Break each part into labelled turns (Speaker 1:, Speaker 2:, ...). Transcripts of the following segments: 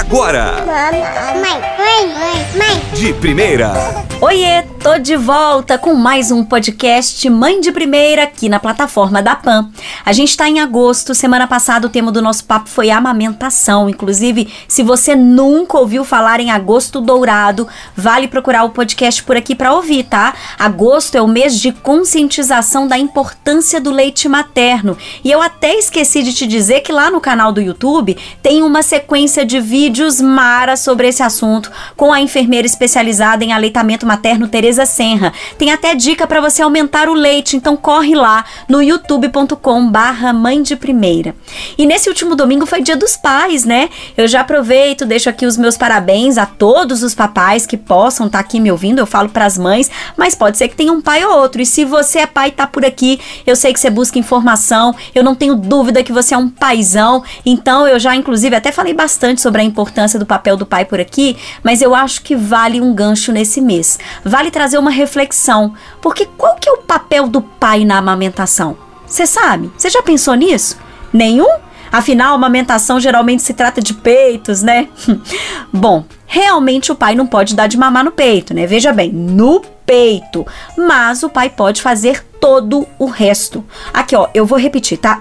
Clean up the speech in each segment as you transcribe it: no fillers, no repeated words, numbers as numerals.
Speaker 1: agora.
Speaker 2: Mãe.
Speaker 1: De primeira.
Speaker 3: Oiê, tô de volta com mais um podcast Mãe de Primeira aqui na plataforma da PAN. A gente tá em agosto, semana passada o tema do nosso papo foi amamentação. Inclusive, se você nunca ouviu falar em Agosto Dourado, vale procurar o podcast por aqui pra ouvir, tá? Agosto é o mês de conscientização da importância do leite materno. E eu até esqueci de te dizer que lá no canal do YouTube tem uma sequência de vídeos mara sobre esse assunto com a enfermeira especializada em aleitamento materno Tereza Senra. Tem até dica para você aumentar o leite, então corre lá no youtube.com/mãe de primeira. E nesse último domingo foi Dia dos Pais, né? Eu já aproveito, deixo aqui os meus parabéns a todos os papais que possam estar aqui me ouvindo. Eu falo para as mães, mas pode ser que tenha um pai ou outro. E se você é pai e tá por aqui, eu sei que você busca informação, eu não tenho dúvida que você é um paizão. Então eu já inclusive até falei bastante sobre a importância do papel do pai por aqui, mas eu acho que vale um gancho nesse mês. Vale trazer uma reflexão, porque qual que é o papel do pai na amamentação? Você sabe? Você já pensou nisso? Nenhum? Afinal, a amamentação geralmente se trata de peitos, né? Bom, realmente o pai não pode dar de mamar no peito, né? Veja bem, no peito. Mas o pai pode fazer todo o resto. Aqui, ó, eu vou repetir, tá?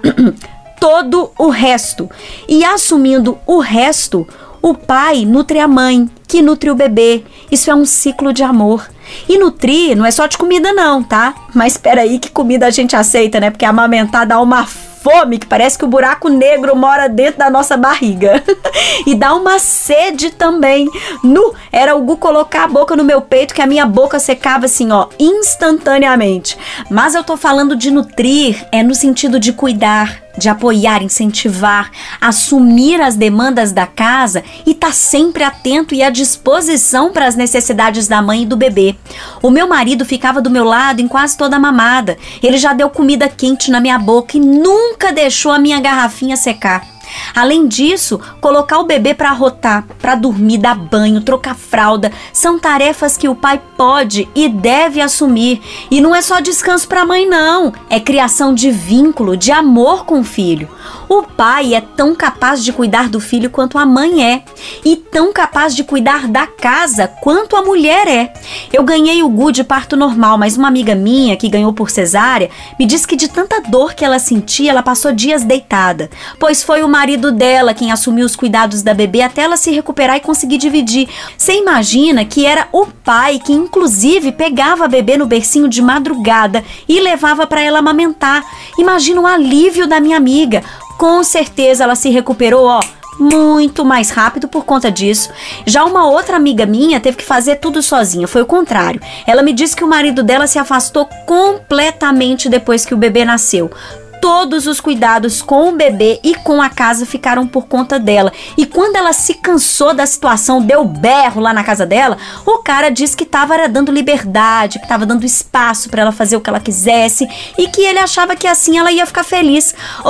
Speaker 3: Todo o resto. E assumindo o resto, o pai nutre a mãe, que nutre o bebê. Isso é um ciclo de amor. E nutrir não é só de comida não, tá? Mas espera aí que comida a gente aceita, né? Porque amamentar dá uma fome que parece que o buraco negro mora dentro da nossa barriga. E dá uma sede também. Era o Gu colocar a boca no meu peito que a minha boca secava assim, ó, instantaneamente. Mas eu tô falando de nutrir, no sentido de cuidar, de apoiar, incentivar, assumir as demandas da casa e tá sempre atento e à disposição para as necessidades da mãe e do bebê. O meu marido ficava do meu lado em quase toda a mamada. Ele já deu comida quente na minha boca e nunca deixou a minha garrafinha secar. Além disso, colocar o bebê para arrotar, para dormir, dar banho, trocar fralda, são tarefas que o pai pode e deve assumir. E não é só descanso para a mãe não, é criação de vínculo, de amor com o filho. O pai é tão capaz de cuidar do filho quanto a mãe é, e tão capaz de cuidar da casa quanto a mulher é. Eu ganhei o Gu de parto normal, mas uma amiga minha que ganhou por cesárea me disse que de tanta dor que ela sentia, ela passou dias deitada, pois foi o marido dela quem assumiu os cuidados da bebê até ela se recuperar e conseguir dividir. Você imagina que era o pai que inclusive pegava a bebê no bercinho de madrugada e levava para ela amamentar. Imagina o alívio da minha amiga. Com certeza ela se recuperou, ó, muito mais rápido por conta disso. Já uma outra amiga minha teve que fazer tudo sozinha, foi o contrário. Ela me disse que o marido dela se afastou completamente depois que o bebê nasceu. Todos os cuidados com o bebê e com a casa ficaram por conta dela. E quando ela se cansou da situação, deu berro lá na casa dela, o cara disse que estava dando liberdade, que estava dando espaço para ela fazer o que ela quisesse e que ele achava que assim ela ia ficar feliz.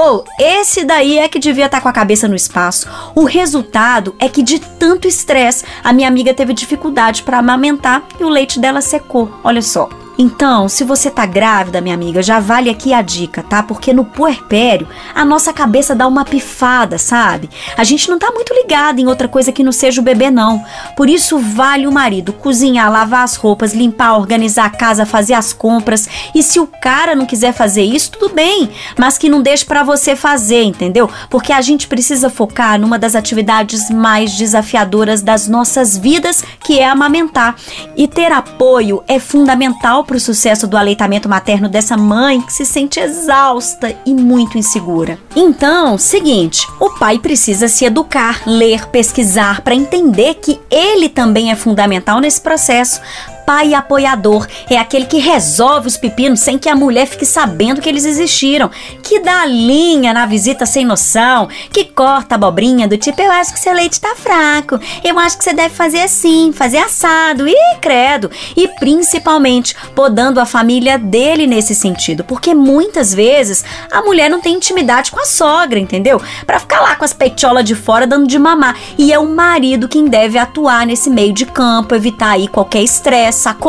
Speaker 3: Esse daí é que devia estar com a cabeça no espaço. O resultado é que de tanto estresse, a minha amiga teve dificuldade para amamentar e o leite dela secou. Olha só. Então, se você tá grávida, minha amiga, já vale aqui a dica, tá? Porque no puerpério, a nossa cabeça dá uma pifada, sabe? A gente não tá muito ligado em outra coisa que não seja o bebê, não. Por isso, vale o marido cozinhar, lavar as roupas, limpar, organizar a casa, fazer as compras. E se o cara não quiser fazer isso, tudo bem, mas que não deixe pra você fazer, entendeu? Porque a gente precisa focar numa das atividades mais desafiadoras das nossas vidas, que é amamentar. E ter apoio é fundamental para o sucesso do aleitamento materno dessa mãe que se sente exausta e muito insegura. Então, seguinte, o pai precisa se educar, ler, pesquisar para entender que ele também é fundamental nesse processo. Pai apoiador é aquele que resolve os pepinos sem que a mulher fique sabendo que eles existiram, que dá linha na visita sem noção, que corta a abobrinha do tipo, eu acho que seu leite tá fraco, eu acho que você deve fazer assim, fazer assado, credo. E principalmente podando a família dele nesse sentido, porque muitas vezes a mulher não tem intimidade com a sogra, entendeu? Pra ficar lá com as peitiolas de fora dando de mamar, e é o marido quem deve atuar nesse meio de campo, evitar aí qualquer estresse, sacou?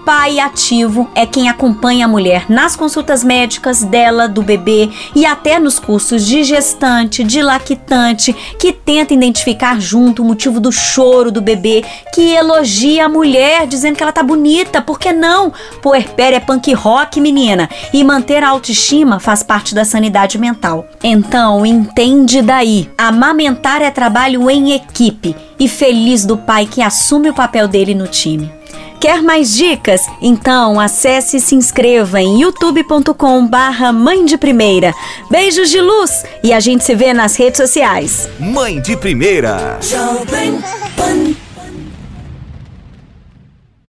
Speaker 3: pai ativo é quem acompanha a mulher nas consultas médicas dela, do bebê e até nos cursos de gestante, de lactante, que tenta identificar junto o motivo do choro do bebê, que elogia a mulher dizendo que ela tá bonita, por que não? Puerpério é punk rock, menina, e manter a autoestima faz parte da sanidade mental. Então, entende daí, amamentar é trabalho em equipe e feliz do pai que assume o papel dele no time. Quer mais dicas? Então acesse e se inscreva em youtube.com/Mãe de Primeira. Beijos de luz e a gente se vê nas redes sociais.
Speaker 1: Mãe de Primeira.